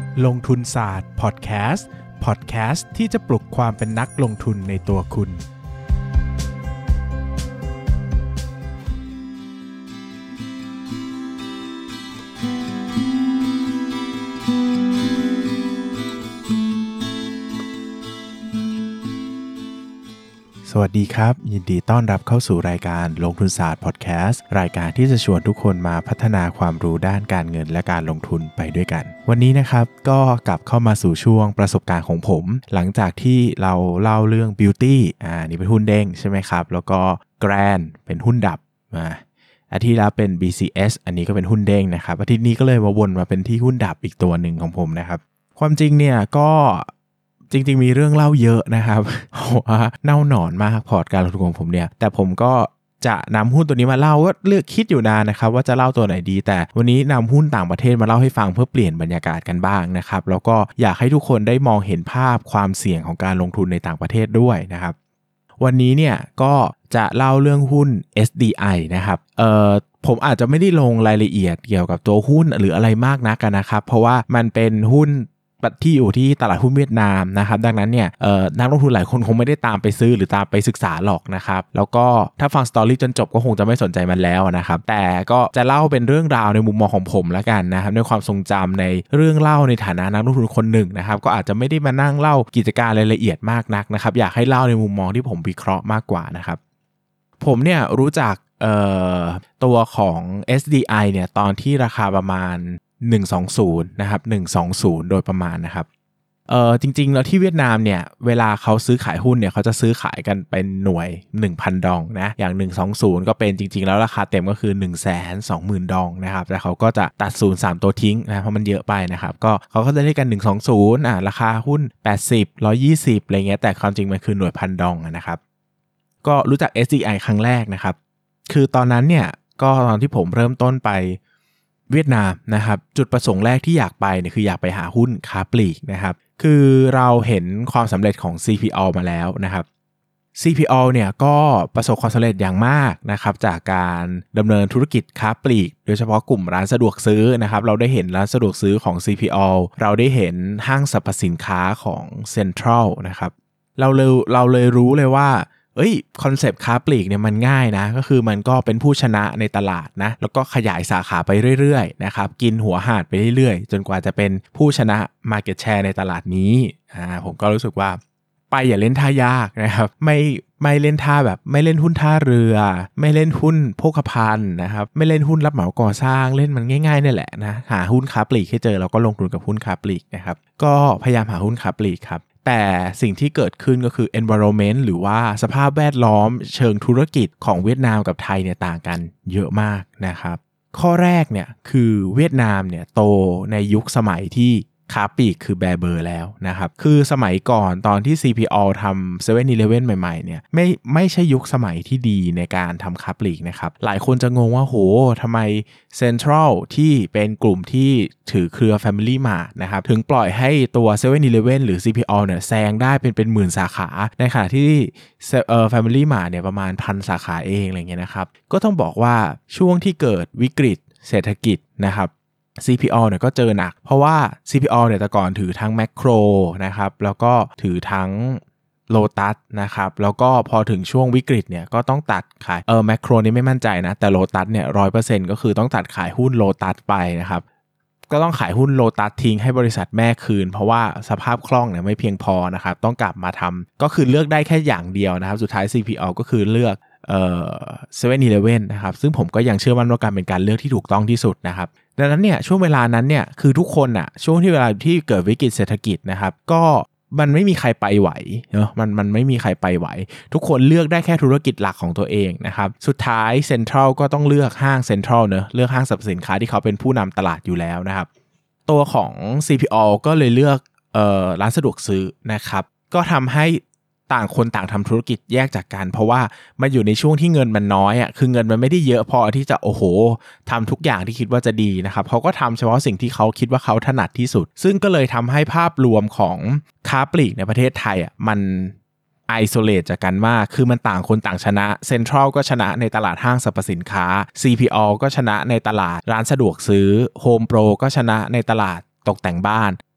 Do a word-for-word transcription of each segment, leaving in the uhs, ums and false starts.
ลงทุนศาสตร์พอดแคสต์พอดแคสต์ที่จะปลุกความเป็นนักลงทุนในตัวคุณสวัสดีครับยินดีต้อนรับเข้าสู่รายการลงทุนศาสตร์พอดแคสต์รายการที่จะชวนทุกคนมาพัฒนาความรู้ด้านการเงินและการลงทุนไปด้วยกันวันนี้นะครับก็กลับเข้ามาสู่ช่วงประสบการณ์ของผมหลังจากที่เราเล่าเรื่อง Beauty อ่านี่เป็นหุ้นเด้งใช่ไหมครับแล้วก็ Grand เป็นหุ้นดับมาอาทิตย์แล้วเป็น บี ซี เอส อันนี้ก็เป็นหุ้นเด้งนะครับอาทิตย์นี้ก็เลยมาวนมาเป็นที่หุ้นดับอีกตัวหนึ่งของผมนะครับความจริงเนี่ยก็จริงๆมีเรื่องเล่าเยอะนะครับว่าเน่าหนอนมากพอร์ตการลงทุนของผมเนี่ยแต่ผมก็จะนำหุ้นตัวนี้มาเล่าก็เลือกคิดอยู่นานนะครับว่าจะเล่าตัวไหนดีแต่วันนี้นำหุ้นต่างประเทศมาเล่าให้ฟังเพื่อเปลี่ยนบรรยากาศกันบ้างนะครับแล้วก็อยากให้ทุกคนได้มองเห็นภาพความเสี่ยงของการลงทุนในต่างประเทศด้วยนะครับวันนี้เนี่ยก็จะเล่าเรื่องหุ้น เอส ดี ไอ นะครับเอ่อผมอาจจะไม่ได้ลงรายละเอียดเกี่ยวกับตัวหุ้นหรืออะไรมากนักกันนะครับเพราะว่ามันเป็นหุ้นที่อยู่ที่ตลาดหุ้นเวียดนามนะครับดังนั้นเนี่ยนักลงทุนหลายคนคงไม่ได้ตามไปซื้อหรือตามไปศึกษาหรอกนะครับแล้วก็ถ้าฟังสตอรี่จนจบก็คงจะไม่สนใจมันแล้วนะครับแต่ก็จะเล่าเป็นเรื่องราวในมุมมองของผมแล้วกันนะครับในความทรงจำในเรื่องเล่าในฐานะนักลงทุนคนหนึ่งนะครับก็อาจจะไม่ได้มานั่งเล่ากิจการรายละเอียดมากนักนะครับอยากให้เล่าในมุมมองที่ผมวิเคราะห์มากกว่านะครับผมเนี่ยรู้จักตัวของ เอส ดี ไอ เนี่ยตอนที่ราคาประมาณหนึ่งร้อยยี่สิบนะครับหนึ่งร้อยยี่สิบโดยประมาณนะครับเอ่อจริงๆแล้วที่เวียดนามเนี่ยเวลาเขาซื้อขายหุ้นเนี่ยเขาจะซื้อขายกันเป็นหน่วย หนึ่งพัน ดองนะอย่างหนึ่งร้อยยี่สิบก็เป็นจริงๆแล้วราคาเต็มก็คือ หนึ่งแสนสองหมื่น ดองนะครับแต่เขาก็จะตัดศูนย์ สามตัวทิ้งนะเพราะมันเยอะไปนะครับก็เขาก็จะเรียกกันหนึ่งร้อยยี่สิบอ่ะราคาหุ้นแปดสิบ หนึ่งร้อยยี่สิบอะไรเงี้ยแต่ความจริงมันคือหน่วยพันดองนะครับก็รู้จัก เอส ดี ไอ ครั้งแรกนะครับคือตอนนั้นเนี่ยก็ตอนที่ผมเริ่มต้นไปเวียดนามนะครับจุดประสงค์แรกที่อยากไปเนี่ยคืออยากไปหาหุ้นค้าปลีกนะครับคือเราเห็นความสำเร็จของ ซี พี แอล มาแล้วนะครับ ซี พี แอล เนี่ยก็ประสบความสำเร็จอย่างมากนะครับจากการดำเนินธุรกิจค้าปลีกโดยเฉพาะกลุ่มร้านสะดวกซื้อนะครับเราได้เห็นร้านสะดวกซื้อของ ซี พี แอล เราได้เห็นห้างสรรพสินค้าของ Central นะครับเราเลยเราเลยรู้เลยว่าเอ้ยคอนเซปต์ค้าปลีกเนี่ยมันง่ายนะก็คือมันก็เป็นผู้ชนะในตลาดนะแล้วก็ขยายสาขาไปเรื่อยๆนะครับกินหัวหาดไปเรื่อยๆจนกว่าจะเป็นผู้ชนะ market share ในตลาดนี้อ่าผมก็รู้สึกว่าไปอย่าเล่นท่ายากนะครับไม่ไม่เล่นท่าแบบไม่เล่นหุ้นท่าเรือไม่เล่นหุ้นโภคภัณฑ์นะครับไม่เล่นหุ้นรับเหมาก่อสร้างเล่นมันง่ายๆนี่แหละนะหาหุ้นค้าปลีกให้เจอแล้วก็ลงทุนกับหุ้นค้าปลีกนะครับก็พยายามหาหุ้นค้าปลีกครับแต่สิ่งที่เกิดขึ้นก็คือ environment หรือว่าสภาพแวดล้อมเชิงธุรกิจของเวียดนามกับไทยเนี่ยต่างกันเยอะมากนะครับข้อแรกเนี่ยคือเวียดนามเนี่ยโตในยุคสมัยที่ค้าปลีกคือแบเบอร์แล้วนะครับคือสมัยก่อนตอนที่ ซี พี แอล ทำ เซเว่น อีเลฟเว่น ใหม่ๆเนี่ยไม่ไม่ใช่ยุคสมัยที่ดีในการทำค้าปลีกนะครับหลายคนจะงงว่าโหทำไม Central ที่เป็นกลุ่มที่ถือเครือ Family Mart นะครับถึงปล่อยให้ตัว เซเว่น อีเลฟเว่น หรือ ซี พี แอล เนี่ยแซงได้เป็นเป็นหมื่นสาขาในขณะที่เอ่อ Family Mart เนี่ยประมาณพันสาขาเองอะไรเงี้ยนะครับก็ต้องบอกว่าช่วงที่เกิดวิกฤตเศรษฐกิจนะครับซี พี แอล เนี่ยก็เจอหนักเพราะว่า ซี พี แอล เนี่ยแต่ก่อนถือทั้งแมคโครนะครับแล้วก็ถือทั้งโลตัสนะครับแล้วก็พอถึงช่วงวิกฤตเนี่ยก็ต้องตัดขายเออแมคโครนี่ไม่มั่นใจนะแต่โลตัสเนี่ย ร้อยเปอร์เซ็นต์ ก็คือต้องตัดขายหุ้นโลตัสไปนะครับก็ต้องขายหุ้นโลตัสทิ้งให้บริษัทแม่คืนเพราะว่าสภาพคล่องเนี่ยไม่เพียงพอนะครับต้องกลับมาทำก็คือเลือกได้แค่อย่างเดียวนะครับสุดท้าย ซี พี แอล ก็คือเลือกเอ่อ เซเว่น อีเลฟเว่น นะครับซึ่งผมก็ยังเชื่อมั่นว่าการเป็นการเลือกที่ถูกต้องที่สุดนะครับดังนั้นเนี่ยช่วงเวลานั้นเนี่ยคือทุกคนอ่ะช่วงที่เวลาที่เกิดวิกฤตเศรษฐกิจนะครับก็มันไม่มีใครไปไหวเนาะมันมันไม่มีใครไปไหวทุกคนเลือกได้แค่ธุรกิจหลักของตัวเองนะครับสุดท้าย Central ก็ต้องเลือกห้าง Central เนอะเลือกห้างสรรพสินค้าที่เขาเป็นผู้นำตลาดอยู่แล้วนะครับตัวของ ซี พี แอล ก็เลยเลือกเอ่อร้านสะดวกซื้อนะครับก็ทำให้ต่างคนต่างทำธุรกิจแยกจากกันเพราะว่ามันอยู่ในช่วงที่เงินมันน้อยอ่ะคือเงินมันไม่ได้เยอะพอที่จะโอ้โหทำทุกอย่างที่คิดว่าจะดีนะครับเขาก็ทำเฉพาะสิ่งที่เขาคิดว่าเขาถนัดที่สุดซึ่งก็เลยทำให้ภาพรวมของค้าปลีกในประเทศไทยอ่ะมันไอโซเลตจากกันมากคือมันต่างคนต่างชนะ Central ก็ชนะในตลาดห้างสรรพสินค้า ซี พี แอล ก็ชนะในตลาดร้านสะดวกซื้อ Home Pro ก็ชนะในตลาดตกแต่งบ้าน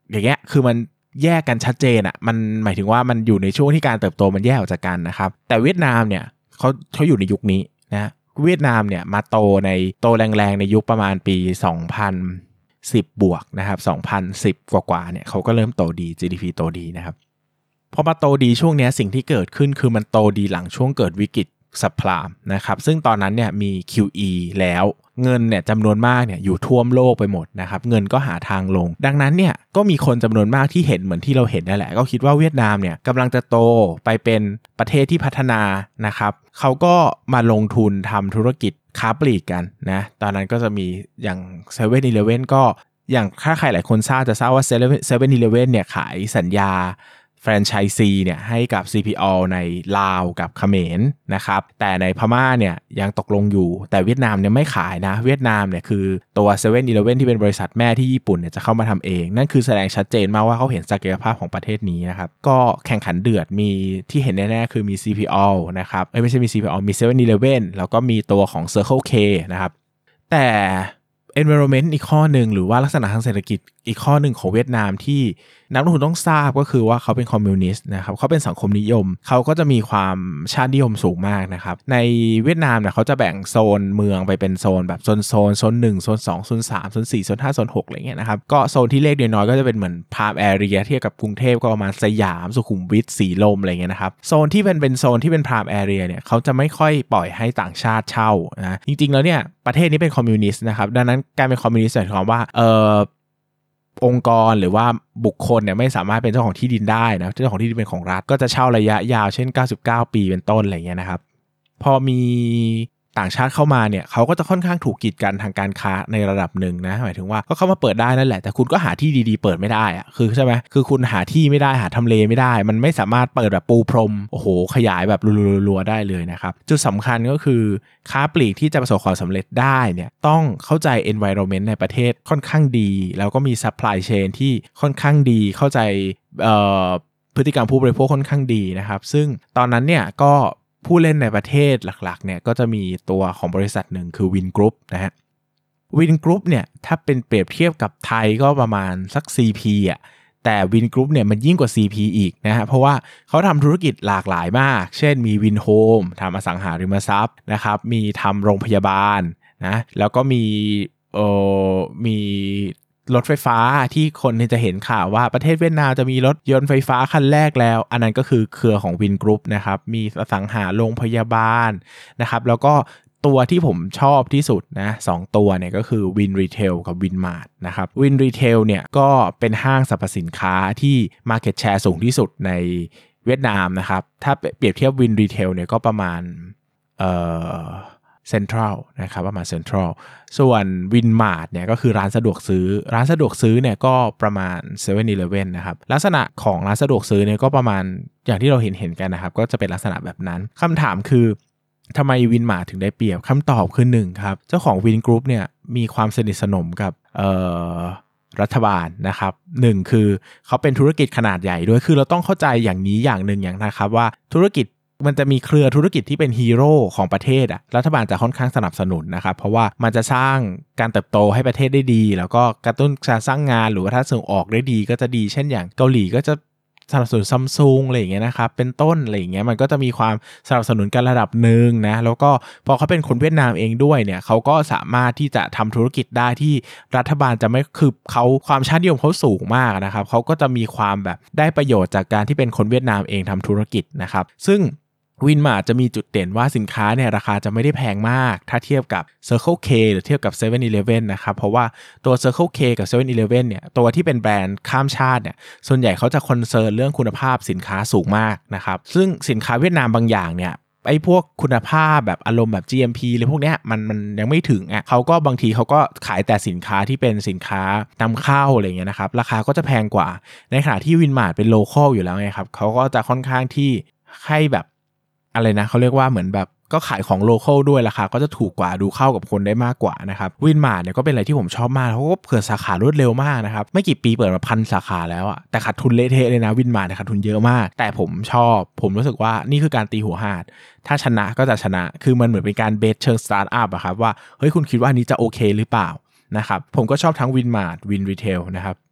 อย่างเงี้ยคือมันแยกกันชัดเจนอ่ะมันหมายถึงว่ามันอยู่ในช่วงที่การเติบโตมันแยกออกจากกันนะครับแต่เวียดนามเนี่ยเขาเขาอยู่ในยุคนี้นะเวียดนามเนี่ยมาโตในโตแรงๆในยุคประมาณปีสองพันสิบบวกนะครับสองพันสิบกว่าๆเนี่ยเขาก็เริ่มโตดี จี ดี พี โตดีนะครับพอมาโตดีช่วงนี้สิ่งที่เกิดขึ้นคือมันโตดีหลังช่วงเกิดวิกฤตซับไพรม์นะครับซึ่งตอนนั้นเนี่ยมี คิว อี แล้วเงินเนี่ยจำนวนมากเนี่ยอยู่ท่วมโลกไปหมดนะครับเงินก็หาทางลงดังนั้นเนี่ยก็มีคนจำนวนมากที่เห็นเหมือนที่เราเห็นนั่นแหละก็คิดว่าเวียดนามเนี่ยกำลังจะโตไปเป็นประเทศที่พัฒนานะครับเขาก็มาลงทุนทำธุรกิจค้าปลีกกันนะตอนนั้นก็จะมีอย่าง เซเว่นอีเลฟเว่น ก็อย่างถ้าใครหลายคนทราบจะทราบว่า เซเว่นอีเลฟเว่น เนี่ยขายสัญญาแฟรนไชส์ซีเนี่ยให้กับ ซี พี โอ ในลาวกับเขมรนะครับแต่ในพม่าเนี่ยยังตกลงอยู่แต่เวียดนามเนี่ยไม่ขายนะเวียดนามเนี่ยคือตัว เซเว่นอีเลฟเว่น ที่เป็นบริษัทแม่ที่ญี่ปุ่นเนี่ยจะเข้ามาทำเองนั่นคือแสดงชัดเจนมากว่าเขาเห็นศักยภาพของประเทศนี้นะครับก็แข่งขันเดือดมีที่เห็นแน่ๆคือมี ซี พี โอ นะครับเอ้ยไม่ใช่มี ซี พี โอ มี เซเว่นอีเลฟเว่น แล้วก็มีตัวของ Circle K นะครับแต่ environment อีกข้อหนึ่งหรือว่าลักษณะทางเศรษฐกิจอีกข้อหนึ่งของเวียดนามที่นักลงทุนต้องทราบก็คือว่าเขาเป็นคอมมิวนิสต์นะครับเขาเป็นสังคมนิยมเขาก็จะมีความชาตินิยมสูงมากนะครับในเวียดนามเนี่ยเขาจะแบ่งโซนเมืองไปเป็นโซนแบบโซนโซนโซนหนึ่งโซนสองโซนสามโซนสี่โซนห้าโซนหกอะไรเงี้ยนะครับก็โซนที่เลขน้อยๆก็จะเป็นเหมือนพาร์มแอเรียเทียบกับกรุงเทพก็ประมาณสยามสุขุมวิทสีลมอะไรเงี้ยนะครับโซนที่เป็นเป็นโซนที่เป็นพาร์มแอเรียเนี่ยเขาจะไม่ค่อยปล่อยให้ต่างชาติเช่านะจริงๆแล้วเนี่ยประเทศนี้เป็นคอมมิวนิสต์นะครับดังนั้นการเป็นคอมมิวนิสต์หมายความว่าเอ่อองค์กรหรือว่าบุคคลเนี่ยไม่สามารถเป็นเจ้าของที่ดินได้นะเจ้าของที่ดินเป็นของรัฐก็จะเช่าระยะยาวเช่นเก้าสิบเก้าปีเป็นต้นอะไรเงี้ยนะครับพอมีต่างชาติเข้ามาเนี่ยเขาก็จะค่อนข้างถูกกีดกันทางการค้าในระดับหนึ่งนะหมายถึงว่าก็เข้ามาเปิดได้นั่นแหละแต่คุณก็หาที่ดีๆเปิดไม่ได้อะคือใช่ไหมคือคุณหาที่ไม่ได้หาทำเลไม่ได้มันไม่สามารถเปิดแบบปูพรมโอ้โหขยายแบบรัวๆได้เลยนะครับจุดสำคัญก็คือค้าปลีกที่จะประสบความสำเร็จได้เนี่ยต้องเข้าใจ environment ในประเทศค่อนข้างดีแล้วก็มี supply chain ที่ค่อนข้างดีเข้าใจเอ่อพฤติกรรมผู้บริโภคค่อนข้างดีนะครับซึ่งตอนนั้นเนี่ยก็ผู้เล่นในประเทศหลักๆเนี่ยก็จะมีตัวของบริษัทหนึ่งคือ Vin Group นะฮะ Vin Group เนี่ยถ้าเป็นเปรียบเทียบกับไทยก็ประมาณสัก ซี พี อ่ะแต่ Vin Group เนี่ยมันยิ่งกว่า ซี พี อีกนะฮะเพราะว่าเขาทำธุรกิจหลากหลายมากเช่นมี Vin Home ทำอสังหาริมทรัพย์นะครับมีทำโรงพยาบาลนะแล้วก็มีเอ่อมีรถไฟฟ้าที่คนจะเห็นข่าวว่าประเทศเวียดนามจะมีรถยนต์ไฟฟ้าคันแรกแล้วอันนั้นก็คือเครือของ Vin Group นะครับมีอสังหาโรงพยาบาลนะครับแล้วก็ตัวที่ผมชอบที่สุดนะสองตัวเนี่ยก็คือ Win Retail กับ Winmart นะครับ Win Retail เนี่ยก็เป็นห้างสรรพสินค้าที่ Market Share สูงที่สุดในเวียดนามนะครับถ้าเปรียบเทียบ Win Retail เนี่ยก็ประมาณเอ่อเซ็นทรัลนะครับประมาณเซ็นทรัลส่วน Winmart เนี่ยก็คือร้านสะดวกซื้อร้านสะดวกซื้อเนี่ยก็ประมาณ เซเว่นอีเลฟเว่น นะครับลักษณะของร้านสะดวกซื้อเนี่ยก็ประมาณอย่างที่เราเห็นเห็นกันนะครับก็จะเป็นลักษณะแบบนั้นคำถามคือทำไม Winmart ถึงได้เปรียบคำตอบคือหนึ่งครับเจ้าของ Win Group เนี่ยมีความสนิทสนมกับเอ่อรัฐบาลนะครับหนึ่งคือเขาเป็นธุรกิจขนาดใหญ่ด้วยคือเราต้องเข้าใจอย่างนี้อย่างหนึ่งอย่างนะครับว่าธุรกิจมันจะมีเครือธุรกิจที่เป็นฮีโร่ของประเทศอ่ะรัฐบาลจะค่อนข้างสนับสนุนนะครับเพราะว่ามันจะสร้างการเติบโตให้ประเทศได้ดีแล้วก็กระตุ้นการสร้างงานหรือว่าถ้าส่งออกได้ดีก็จะดีเช่นอย่างเกาหลีก็จะสนับสนุนซัมซุงอะไรอย่างเงี้ยนะครับเป็นต้นอะไรอย่างเงี้ยมันก็จะมีความสนับสนุนกันระดับหนึ่งนะแล้วก็พอเขาเป็นคนเวียดนามเองด้วยเนี่ยเขาก็สามารถที่จะทำธุรกิจได้ที่รัฐบาลจะไม่คือเขาความชาตินิยมเขาสูงมากนะครับเขาก็จะมีความแบบได้ประโยชน์จากการที่เป็นคนเวียดนามเองทำธุรกิจนะครับซึ่งWinmart จะมีจุดเด่นว่าสินค้าเนี่ยราคาจะไม่ได้แพงมากถ้าเทียบกับ Circle K หรือเทียบกับ เซเว่นอีเลฟเว่น นะครับเพราะว่าตัว Circle K กับ เซเว่นอีเลฟเว่น เนี่ยตัวที่เป็นแบรนด์ข้ามชาติเนี่ยส่วนใหญ่เขาจะคอนเซิร์นเรื่องคุณภาพสินค้าสูงมากนะครับซึ่งสินค้าเวียดนามบางอย่างเนี่ยไอ้พวกคุณภาพแบบอารมณ์แบบ จี เอ็ม พี หรือพวกเนี้ยมันมันยังไม่ถึงอ่ะเขาก็บางทีเขาก็ขายแต่สินค้าที่เป็นสินค้านำเข้าอะไรเงี้ยนะครับราคาก็จะแพงกว่าในขณะที่ Winmart เป็นโลคอลอยู่แล้วไงครับเขาก็จะค่อนข้างที่ให้แบบอะไรนะเขาเรียกว่าเหมือนแบบก็ขายของโลคอลด้วยราคาก็จะถูกกว่าดูเข้ากับคนได้มากกว่านะครับวินมาร์ทเนี่ยก็เป็นอะไรที่ผมชอบมากเขาก็เปิดสาขารวดเร็วมากนะครับไม่กี่ปีเปิดมาพันสาขาแล้วอะแต่ขาดทุนเละเทะเลยนะวินมาร์ทเนี่ยขาดทุนเยอะมากแต่ผมชอบผมรู้สึกว่านี่คือการตีหัวหาดถ้าชนะก็จะชนะคือมันเหมือนเป็นการเบสเชิงสตาร์ทอัพอะครับว่าเฮ้ยคุณคิดว่านี้จะโอเคหรือเปล่านะครับผมก็ชอบทั้งวินมาร์ทวินรีเทลนะครับ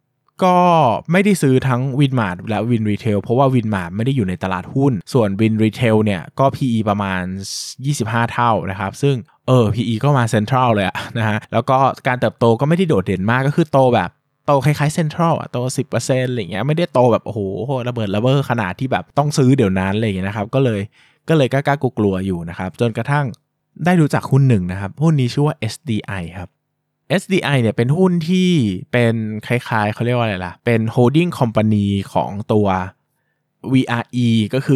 ก็ไม่ได้ซื้อทั้ง Winmart และ Win Retail เพราะว่า Winmart ไม่ได้อยู่ในตลาดหุ้นส่วน Win Retail เนี่ยก็ พี อี ประมาณยี่สิบห้าเท่านะครับซึ่งเออ พี อี ก็มาเซ็นทรัลเลยอะนะฮะแล้วก็การเติบโตก็ไม่ได้โดดเด่นมากก็คือโตแบบโตคล้ายๆเซ็นทรัลอ่ะโต สิบเปอร์เซ็นต์ อะไรเงี้ยไม่ได้โตแบบโอ้โหระเบิดระเบ้อขนาดที่แบบต้องซื้อเดี๋ยวนั้นอะไรอย่างเงี้ยนะครับก็เลยก็เลยกล้าๆกลัวๆอยู่นะครับจนกระทั่งได้รู้จักหุ้นหนึ่งนะครับหุ้นนี้ชื่อว่า เอส ดี ไอ ครับ เอส ดี ไอ เนี่ยเป็นหุ้นที่เป็นคล้ายๆเขาเรียกว่าอะไรล่ะเป็น holding company ของตัว วี อาร์ อี ก็คือ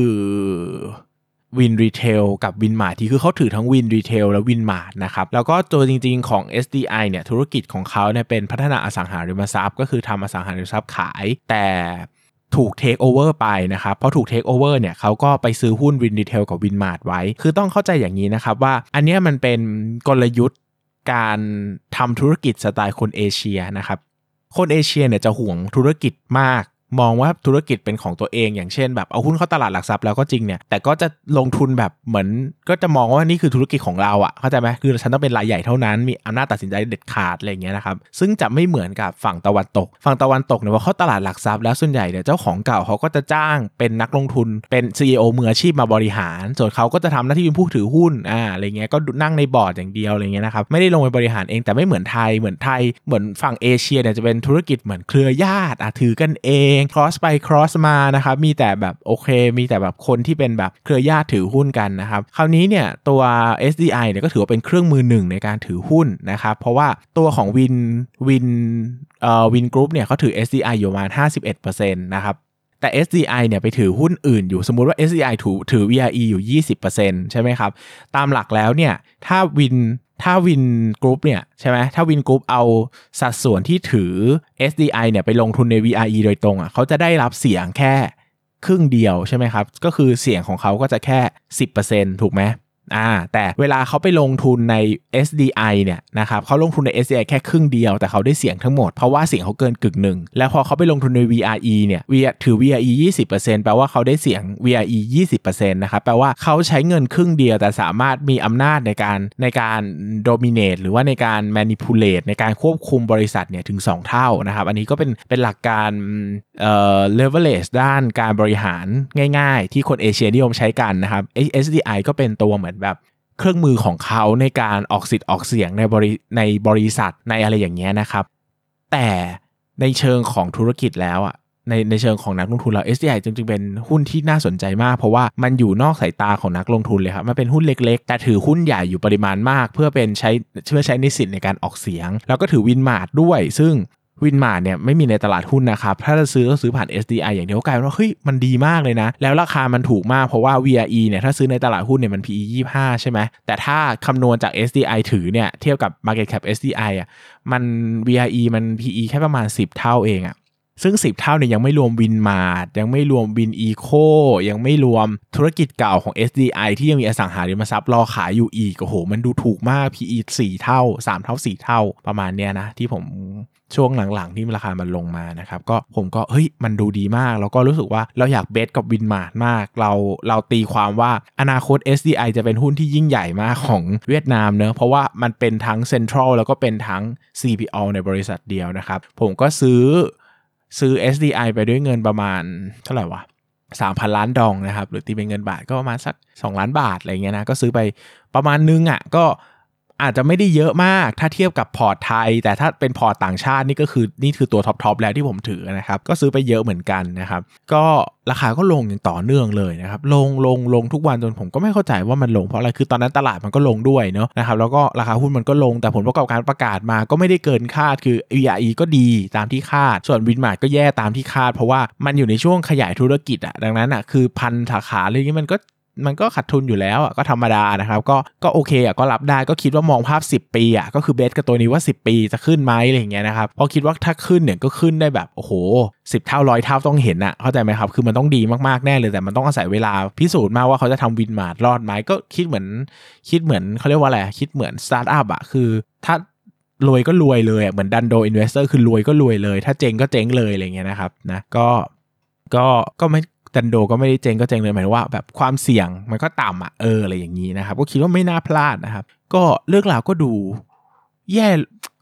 Win Retail กับ Winmart ที่คือเขาถือทั้ง Win Retail และ Winmart นะครับแล้วก็ตัวจริงๆของ เอส ดี ไอ เนี่ยธุรกิจของเขาเนี่ยเป็นพัฒนาอสังหาริมทรัพย์ก็คือทำอสังหาริมทรัพย์ขายแต่ถูก take over ไปนะครับเพราะถูก take over เนี่ยเขาก็ไปซื้อหุ้น Win Retail กับ Winmart ไว้คือต้องเข้าใจอย่างนี้นะครับว่าอันนี้มันเป็นกลยุทธ์การทำธุรกิจสไตล์คนเอเชียนะครับคนเอเชียเนี่ยจะห่วงธุรกิจมากมองว่าธุรกิจเป็นของตัวเองอย่างเช่นแบบเอาหุ้นเข้าตลาดหลักทรัพย์แล้วก็จริงเนี่ยแต่ก็จะลงทุนแบบเหมือนก็จะมองว่านี่คือธุรกิจของเราอ่ะเข้าใจไหมคือฉันต้องเป็นรายใหญ่เท่านั้นมีอำนาจตัดสินใจเด็ดขาดอะไรอย่างเงี้ยนะครับซึ่งจะไม่เหมือนกับฝั่งตะวันตกฝั่งตะวันตกเนี่ยพอเข้าตลาดหลักทรัพย์แล้วส่วนใหญ่เนี่ยเจ้าของเก่าเขาก็จะจ้างเป็นนักลงทุนเป็น ซี อี โอ มืออาชีพมาบริหารส่วนเขาก็จะทำหน้าที่เป็นผู้ถือหุ้นอ่าอะไรเงี้ยก็นั่งในบอร์ดอย่างเดียวอะไรเงี้ยนะครับไม่ได้ลงไปบริหารเองแต่ไม่เหมือนไทยเหมือนไทยเหมือนฝั่งเอเชียเนี่ยจะเป็นธุรกิจเหมือนเครือญาติอ่ะถือกันเอง cross ไป cross มานะครับมีแต่แบบโอเคมีแต่แบบคนที่เป็นแบบเครือญาติถือหุ้นกันนะครับคราวนี้เนี่ยตัว เอส ดี ไอ เนี่ยก็ถือว่าเป็นเครื่องมือหนึ่งในการถือหุ้นนะครับเพราะว่าตัวของ Win Win เอ่อ Win Group เนี่ยเขาถือ เอส ดี ไอ อยู่ประมาณ ห้าสิบเอ็ดเปอร์เซ็นต์ นะครับแต่ เอส ดี ไอ เนี่ยไปถือหุ้นอื่นอยู่สมมุติว่า เอส ดี ไอ ถือถือ วี อาร์ อี อยู่ ยี่สิบเปอร์เซ็นต์ ใช่ไหมครับตามหลักแล้วเนี่ยถ้า Win ถ้า Win Group เนี่ยใช่ไหมถ้า Win Group เอาสัดส่วนที่ถือ เอส ดี ไอ เนี่ยไปลงทุนใน วี อาร์ อี โดยตรงอ่ะเขาจะได้รับเสียงแค่ครึ่งเดียวใช่ไหมครับก็คือเสียงของเขาก็จะแค่ สิบเปอร์เซ็นต์ ถูกไหมอ่าแต่เวลาเขาไปลงทุนใน เอส ดี ไอ เนี่ยนะครับเขาลงทุนใน เอส ดี ไอ แค่ครึ่งเดียวแต่เขาได้เสียงทั้งหมดเพราะว่าเสียงเขาเกินกึ่งหนึ่งแล้วพอเขาไปลงทุนใน วี อาร์ อี เนี่ย ถือ วี อาร์ อี ยี่สิบเปอร์เซ็นต์ แปลว่าเขาได้เสียง วี อาร์ อี ยี่สิบเปอร์เซ็นต์ นะครับแปลว่าเขาใช้เงินครึ่งเดียวแต่สามารถมีอำนาจในการในการ dominate หรือว่าในการ manipulate ในการควบคุมบริษัทเนี่ยถึงสองเท่านะครับอันนี้ก็เป็นเป็นหลักการเอ่อ leverage ด้านการบริหารง่ายๆที่คนเอเชียนิยมใช้กันนะครับ เอส ดี ไอ ก็เป็นตัวเหมือนแบบเครื่องมือของเขาในการออกสิทธิ์ออกเสียงในบริในบริษัทในอะไรอย่างเงี้ยนะครับแต่ในเชิงของธุรกิจแล้วอ่ะในในเชิงของนักลงทุนแล้ว เอส ดี ไอ จริงๆเป็นหุ้นที่น่าสนใจมากเพราะว่ามันอยู่นอกสายตาของนักลงทุนเลยครับมันเป็นหุ้นเล็กๆแต่ถือหุ้นใหญ่อยู่ปริมาณมากเพื่อเป็นใช้เพื่อใช้ในสิทธิ์ในการออกเสียงแล้วก็ถือ Winmart ด้วยซึ่งWinmart เนี่ยไม่มีในตลาดหุ้นนะครับถ้าจะซื้อก็ซื้อผ่าน เอส ดี ไอ อย่างเดียวกลายเป็นว่าเฮ้ยมันดีมากเลยนะแล้วราคามันถูกมากเพราะว่า วี อาร์ อี เนี่ยถ้าซื้อในตลาดหุ้นเนี่ยมัน พี อี ยี่สิบห้าใช่ไหมแต่ถ้าคำนวณจาก เอส ดี ไอ ถือเนี่ยเทียบกับ Market Cap เอส ดี ไอ อ่ะมัน วี อาร์ อี มัน พี อี แค่ประมาณสิบเท่าเองอ่ะซึ่งสิบเท่าเนี่ยยังไม่รวม Winmart ยังไม่รวม Win Eco ยังไม่รวมธุรกิจเก่าของ เอส ดี ไอ ที่ยังมีอสังหาริมทรัพย์รอขายอยู่อีกโอ้โหมันดูถูกมาก พี อี สี่เท่าสามเท่าสี่เท่าประมาณเนี้ยนะที่ผมช่วงหลังๆที่ราคามันลงมานะครับก็ผมก็เฮ้ยมันดูดีมากแล้วก็รู้สึกว่าเราอยากเบสกับ Winmart มากเราเราตีความว่าอนาคต เอส ดี ไอ จะเป็นหุ้นที่ยิ่งใหญ่มากของเวียดนามเนอะเพราะว่ามันเป็นทั้ง Central แล้วก็เป็นทั้ง ซี พี แอล ในบริษัทเดียวนะครับผมก็ซื้อซื้อ เอส ดี ไอ ไปด้วยเงินประมาณเท่าไหร่วะ สามพัน ล้านดองนะครับหรือตีเป็นเงินบาทก็ประมาณสักสองล้านบาทอะไรเงี้ยนะก็ซื้อไปประมาณนึงอ่ะก็อาจจะไม่ได้เยอะมากถ้าเทียบกับพอร์ตไทยแต่ถ้าเป็นพอร์ตต่างชาตินี่ก็คือนี่คือตัวท็อปๆแล้วที่ผมถือนะครับก็ซื้อไปเยอะเหมือนกันนะครับก็ราคาก็ลงอย่างต่อเนื่องเลยนะครับลงลงลงทุกวันจนผมก็ไม่เข้าใจว่ามันลงเพราะอะไรคือตอนนั้นตลาดมันก็ลงด้วยเนาะนะครับแล้วก็ราคาหุ้นมันก็ลงแต่ผลประกอบการประกาศมาก็ไม่ได้เกินคาดคือ วี อาร์ อี ก็ดีตามที่คาดส่วน Winmart ก็แย่ตามที่คาดเพราะว่ามันอยู่ในช่วงขยายธุรกิจอ่ะดังนั้นอ่ะคือพันสาขาอะไรนี้มันก็มันก็ขาดทุนอยู่แล้วอ่ะก็ธรรมดานะครับก็ก็โอเคอ่ะก็รับได้ก็คิดว่ามองภาพสิบปีอ่ะก็คือเบสกับตัวนี้ว่าสิบปีจะขึ้นไหมอะไรอย่างเงี้ยนะครับพอคิดว่าถ้าขึ้นเนี่ยก็ขึ้นได้แบบโอ้โหสิบเท่าร้อยเท่าต้องเห็นอ่ะเข้าใจไหมครับคือมันต้องดีมากๆแน่เลยแต่มันต้องอาศัยเวลาพิสูจน์มากว่าเขาจะทำ Winmart รอดไหมก็คิดเหมือนคิดเหมือนเขาเรียกว่าอะไรคิดเหมือนสตาร์ทอัพอ่ะคือถ้ารวยก็รวยเลยอ่ะเหมือนดันโดอินเวสเตอร์คือรวยก็รวยเลยถ้าเจ๊งก็เจ๊งเลยอะไรเงี้ยนะครับนะก็ก็ก็ไม่ดันโดก็ไม่ได้เจ๊งก็เจ๊งเลยหมายถึงว่าแบบความเสี่ยงมันก็ต่ำอ่ะเอออะไรอย่างนี้นะครับก็คิดว่าไม่น่าพลาดนะครับก็เรื่องราวก็ดูแย่ก็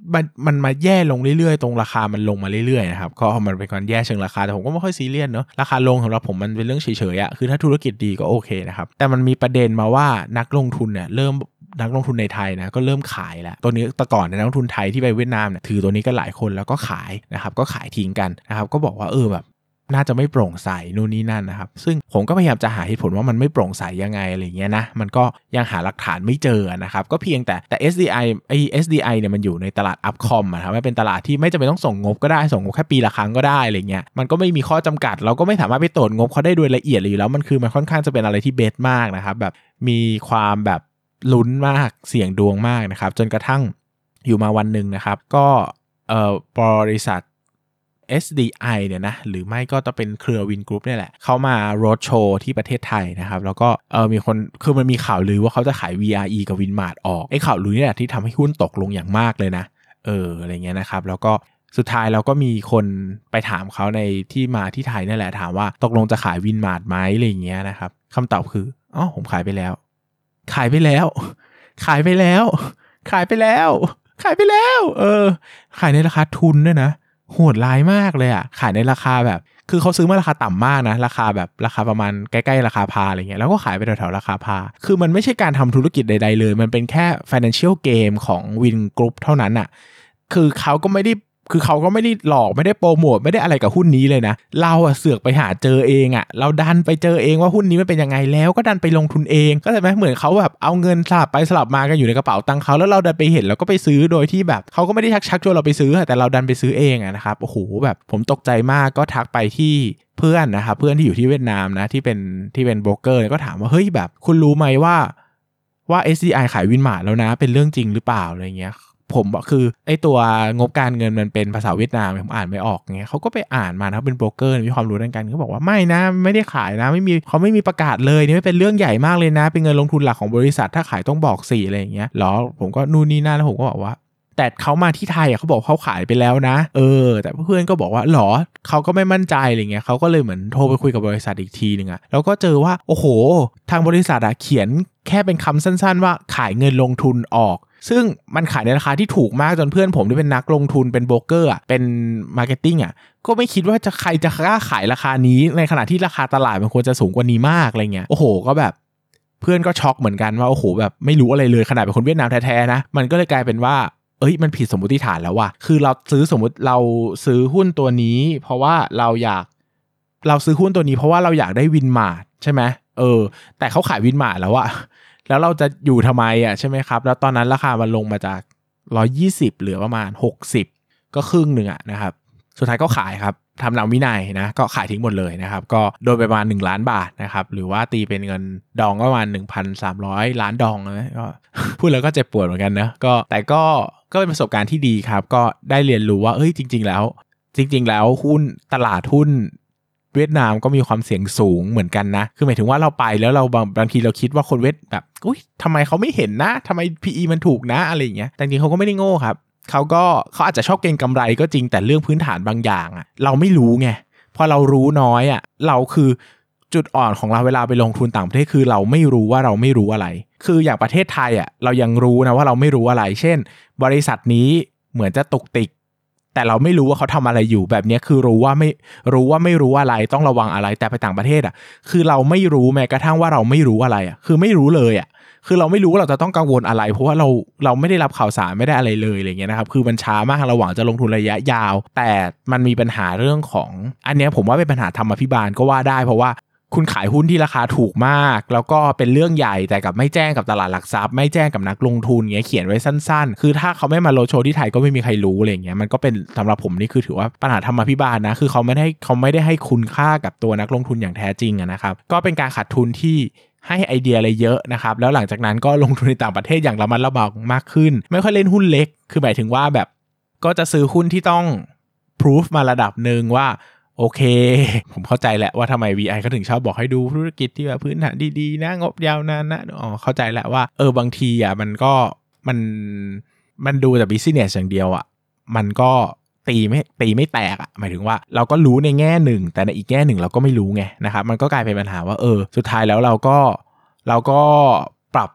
มันมันมาแย่ลงเรื่อยๆตรงราคามันลงมาเรื่อยๆนะครับก็มันเป็นการแย่เชิงราคาแต่ผมก็ไม่ค่อยซีเรียสเนาะราคาลงสำหรับผมมันเป็นเรื่องเฉยๆอ่ะคือถ้าธุรกิจดีก็โอเคนะครับแต่มันมีประเด็นมาว่านักลงทุนเนี่ยเริ่มนักลงทุนในไทยนะก็เริ่มขายแล้วตัวนี้แต่ก่อนในนักลงทุนไทยที่ไปเวียดนามเนี่ยถือตัวนี้ก็หลายคนแล้วก็ขายนะครับก็ขายทิ้งกันนะครับก็บอกว่าเออแบบน่าจะไม่โปร่งใสนู่นนี่นั่นนะครับซึ่งผมก็พยายามจะหาเหตุผลว่ามันไม่โปร่งใสยังไงอะไรเงี้ยนะมันก็ยังหาหลักฐานไม่เจอนะครับก็เพียงแต่แต่ เอส ดี ไอ ไอ เอส ดี ไอ เนี่ยมันอยู่ในตลาดอัพคอมนะครับมันเป็นตลาดที่ไม่จำเป็นต้องส่งงบก็ได้ส่งงบแค่ปีละครั้งก็ได้อะไรเงี้ยมันก็ไม่มีข้อจำกัดเราก็ไม่สามารถไปตรวจงบเขาได้โดยละเอียดเลยอยู่แล้วมันคือมันค่อนข้างจะเป็นอะไรที่เบสมากนะครับแบบมีความแบบลุ้นมากเสี่ยงดวงมากนะครับจนกระทั่งอยู่มาวันนึงนะครับก็เอ่อบริษัทเอส ดี ไอ เนี่ยนะหรือไม่ก็จะเป็นเครือวินกรุ๊ปนี่แหละเขามาโรดโชว์ที่ประเทศไทยนะครับแล้วก็เออมีคนคือมันมีข่าวลือว่าเขาจะขาย วี อาร์ อี กับวินมาร์ทออกไอ้ข่าวลือนี่แหละที่ทำให้หุ้นตกลงอย่างมากเลยนะเอออะไรเงี้ยนะครับแล้วก็สุดท้ายเราก็มีคนไปถามเขาในที่มาที่ไทยนี่แหละถามว่าตกลงจะขายวินมาร์ทไหมอะไรเงี้ยนะครับคำตอบคืออ๋อผมขายไปแล้วขายไปแล้วขายไปแล้วขายไปแล้วขายไปแล้วเออขายในราคาทุนด้วยนะโหดร้ายมากเลยอ่ะขายในราคาแบบคือเขาซื้อมาราคาต่ำมากนะราคาแบบราคาประมาณใกล้ๆราคาพาอะไรเงี้ยแล้วก็ขายไปแถวๆราคาพาคือมันไม่ใช่การทำธุรกิจใดๆเลยมันเป็นแค่ financial game ของวินกรุ๊ปเท่านั้นอ่ะคือเขาก็ไม่ได้คือเขาก็ไม่ได้หลอกไม่ได้โปรโมทไม่ได้อะไรกับหุ้นนี้เลยนะเราอะเสือกไปหาเจอเองอะเราดันไปเจอเองว่าหุ้นนี้มันเป็นยังไงแล้วก็ดันไปลงทุนเองก็ใช่ไหมเหมือนเขาแบบเอาเงินสลับไปสลับมากันอยู่ในกระเป๋าตังค์เขาแล้วเราดันไปเห็นแล้วก็ไปซื้อโดยที่แบบเขาก็ไม่ได้ชักชักชวนเราไปซื้อแต่เราดันไปซื้อเองอะนะครับโอ้โหแบบผมตกใจมากก็ทักไปที่เพื่อนนะครับเพื่อนที่อยู่ที่เวียดนามนะที่เป็นที่เป็นโบรกเกอร์ก็ถามว่าเฮ้ยแบบคุณรู้ไหมว่าว่า เอส ดี ไอ ขายวินมาร์ทแล้วนะเป็นเรื่องจริงหรือเปล่าอะไรเงี้ยผมบอกคือไอตัวงบการเงินมันเป็นภาษาเวียดนามผมอ่านไม่ออกเงี้ยเขาก็ไปอ่านมานะเป็นโบรกเกอร์มีความรู้ด้านการเงินเขาบอกว่าไม่นะไม่ได้ขายนะไม่มีเขาไม่มีประกาศเลยนี่ไม่เป็นเรื่องใหญ่มากเลยนะเป็นเงินลงทุนหลักของบริษัทถ้าขายต้องบอกสี่อะไรอย่างเงี้ยหรอผมก็นู่นนี่นั่นแล้วผมก็บอกว่าแต่เขามาที่ไทยเขาบอกเขาขายไปแล้วนะเออแต่เพื่อนก็บอกว่าหรอเขาก็ไม่มั่นใจอะไรเงี้ยเขาก็เลยเหมือนโทรไปคุยกับบริษัทอีกทีนึงอะแล้วก็เจอว่าโอ้โหทางบริษัทอะเขียนแค่เป็นคำสั้นๆว่าขายเงินลงทุนออกซึ่งมันขายในราคาที่ถูกมากจนเพื่อนผมที่เป็นนักลงทุนเป็นโบรกเกอร์อ่ะเป็นมาร์เก็ตติ้งอ่ะก็ไม่คิดว่าจะใครจะกล้าขายราคานี้ในขณะที่ราคาตลาดมันควรจะสูงกว่านี้มากอะไรเงี้ยโอ้โหก็แบบเพื่อนก็ช็อกเหมือนกันว่าโอ้โหแบบไม่รู้อะไรเลยขนาดเป็นคนเวียดนามแท้ๆนะมันก็เลยกลายเป็นว่าเอ้ยมันผิดสมมติฐานแล้วว่ะคือเราซื้อสมมติเราซื้อหุ้นตัวนี้เพราะว่าเราอยากเราซื้อหุ้นตัวนี้เพราะว่าเราอยากได้วินมาร์ทใช่ไหมเออแต่เขาขายวินมาร์ทแล้วอะแล้วเราจะอยู่ทำไมอ่ะใช่ไหมครับแล้วตอนนั้นราคามันลงมาจากหนึ่งร้อยยี่สิบเหลือประมาณหกสิบก็ครึ่งนึงอ่ะนะครับสุดท้ายก็ขายครับทำนำวินัยนะก็ขายทิ้งหมดเลยนะครับก็โดนไปประมาณหนึ่งล้านบาทนะครับหรือว่าตีเป็นเงินดองก็ประมาณ หนึ่งพันสามร้อย ล้านดองนะก็พูดแล้วก็เจ็บปวดเหมือนกันนะก็แต่ก็ก็เป็นประสบการณ์ที่ดีครับก็ได้เรียนรู้ว่าเอ้ยจริงๆแล้วจริงๆแล้วหุ้นตลาดหุ้นเวียดนามก็มีความเสี่ยงสูงเหมือนกันนะคือหมายถึงว่าเราไปแล้วเราบางบางทีเราคิดว่าคนเวียดแบบอุ๊ยทำไมเขาไม่เห็นนะทำไม พี อี มันถูกนะอะไรอย่างเงี้ยแต่จริงเขาก็ไม่ได้โง่ครับเขาก็เขาอาจจะชอบเก็งกำไรก็จริงแต่เรื่องพื้นฐานบางอย่างอ่ะเราไม่รู้ไงพอเรารู้น้อยอ่ะเราคือจุดอ่อนของเราเวลาไปลงทุนต่างประเทศคือเราไม่รู้ว่าเราไม่รู้อะไรคืออย่างประเทศไทยอ่ะเรายังรู้นะว่าเราไม่รู้อะไรเช่นบริษัทนี้เหมือนจะตุกติกแต่เราไม่รู้ว่าเขาทำอะไรอยู่แบบนี้คือรู้ว่าไม่รู้ว่าไม่รู้อะไรต้องระวังอะไรแต่ไปต่างประเทศอ่ะคือเราไม่รู้แม้กระทั่งว่าเราไม่รู้อะไรอ่ะคือไม่รู้เลยอ่ะคือเราไม่รู้ว่าเราจะต้องกังวลอะไรเพราะว่าเราเราไม่ได้รับข่าวสารไม่ได้อะไรเลยอะไรเงี้ยนะครับคือมันช้ามากเราหวังจะลงทุนระยะยาวแต่มันมีปัญหาเรื่องของอันเนี้ยผมว่าเป็นปัญหาธรรมาภิบาลก็ว่าได้เพราะว่าคุณขายหุ้นที่ราคาถูกมากแล้วก็เป็นเรื่องใหญ่แต่กับไม่แจ้งกับตลาดหลักทรัพย์ไม่แจ้งกับนักลงทุนเงี้ยเขียนไว้สั้นๆคือถ้าเขาไม่มาโรดโชว์ที่ไทยก็ไม่มีใครรู้อะไรเงี้ยมันก็เป็นสำหรับผมนี่คือถือว่าปัญหาธรรมาภิบาลนะคือเขาไม่ได้เขาไม่ได้ให้คุณค่ากับตัวนักลงทุนอย่างแท้จริงนะครับก็เป็นการขาดทุนที่ให้ไอเดียอะไรเยอะนะครับแล้วหลังจากนั้นก็ลงทุนในต่างประเทศอย่างระมัดระวังมากขึ้นไม่ค่อยเล่นหุ้นเล็กคือหมายถึงว่าแบบก็จะซื้อหุ้นที่ต้องพิสูจมาระดับนึงว่าโอเคผมเข้าใจแหละว่าทำไม วี ไอ เขาถึงชอบบอกให้ดูธุรกิจที่แบบพื้นฐานดีๆนะงบยาวนานนะอ๋อเข้าใจแหละว่าเออบางทีอ่ะมันก็มันมันดูแต่ business อย่างเดียวอ่ะมันก็ตีไม่ตีไม่แตกอ่ะหมายถึงว่าเราก็รู้ในแง่หนึ่งแต่ในอีกแง่หนึ่งเราก็ไม่รู้ไงนะครับมันก็กลายเป็นปัญหาว่าเออสุดท้ายแล้วเราก็เราก็ปรับ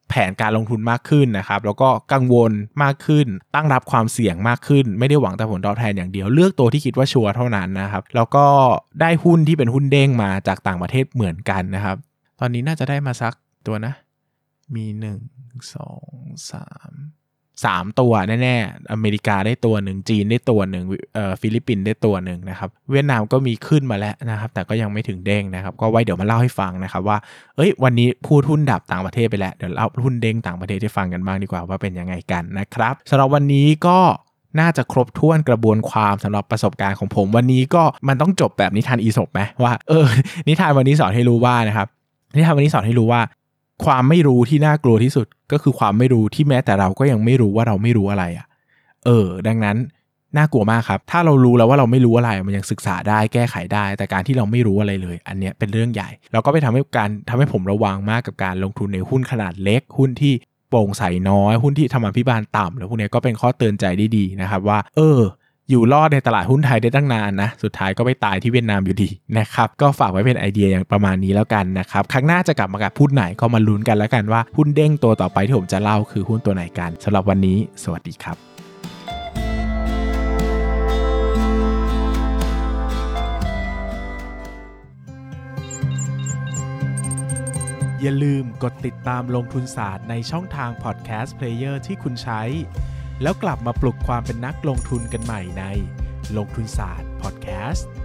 แผนการลงทุนมากขึ้นนะครับแล้วก็กังวลมากขึ้นตั้งรับความเสี่ยงมากขึ้นไม่ได้หวังแต่ผลตอบแทนอย่างเดียวเลือกตัวที่คิดว่าชัวร์เท่านั้นนะครับแล้วก็ได้หุ้นที่เป็นหุ้นเด้งมาจากต่างประเทศเหมือนกันนะครับตอนนี้น่าจะได้มาสักตัวนะมีหนึ่ง สอง สามสามตัวแน่ๆอเมริกาได้ตัวหนึ่งจีนได้ตัวหนึ่งเอ่อฟิลิปปินส์ได้ตัวหนึ่งนะครับเวียดนามก็มีขึ้นมาแล้วนะครับแต่ก็ยังไม่ถึงเด้งนะครับก็ไว้เดี๋ยวมาเล่าให้ฟังนะครับว่าเอ้ยวันนี้พูดหุ้นดับต่างประเทศไปแล้วเดี๋ยวเล่าหุ้นเด้งต่างประเทศให้ฟังกันบ้างดีกว่าว่าเป็นยังไงกันนะครับสำหรับวันนี้ก็น่าจะครบถ้วนกระบวนความสำหรับประสบการณ์ของผมวันนี้ก็มันต้องจบแบบนิทานอีสปไหมว่าเออนิทานวันนี้สอนให้รู้ว่านะครับนิทานวันนี้สอนให้รู้ว่าความไม่รู้ที่น่ากลัวที่สุดก็คือความไม่รู้ที่แม้แต่เราก็ยังไม่รู้ว่าเราไม่รู้อะไรอ่ะเออดังนั้นน่ากลัวมากครับถ้าเรารู้แล้วว่าเราไม่รู้อะไรมันยังศึกษาได้แก้ไขได้แต่การที่เราไม่รู้อะไรเลยอันเนี้ยเป็นเรื่องใหญ่แล้วก็ไปทำให้การทำให้ผมระวังมากกับการลงทุนในหุ้นขนาดเล็กหุ้นที่โปร่งใสน้อยหุ้นที่ธรรมาภิบาลต่ำแล้วพวกนี้ก็เป็นข้อเตือนใจได้ดีนะครับว่าเอออยู่รอดในตลาดหุ้นไทยได้ตั้งนานนะสุดท้ายก็ไปตายที่เวียดนามอยู่ดีนะครับก็ฝากไว้เป็นไอเดียอย่างประมาณนี้แล้วกันนะครับครั้งหน้าจะกลับมากับหุ้นไหนก็มาลุ้นกันแล้วกันว่าหุ้นเด้งตัวต่อไปที่ผมจะเล่าคือหุ้นตัวไหนกันสำหรับวันนี้สวัสดีครับอย่าลืมกดติดตามลงทุนศาสตร์ในช่องทางพอดแคสต์เพลเยอร์ที่คุณใช้แล้วกลับมาปลุกความเป็นนักลงทุนกันใหม่ในลงทุนศาสตร์พอดแคสต์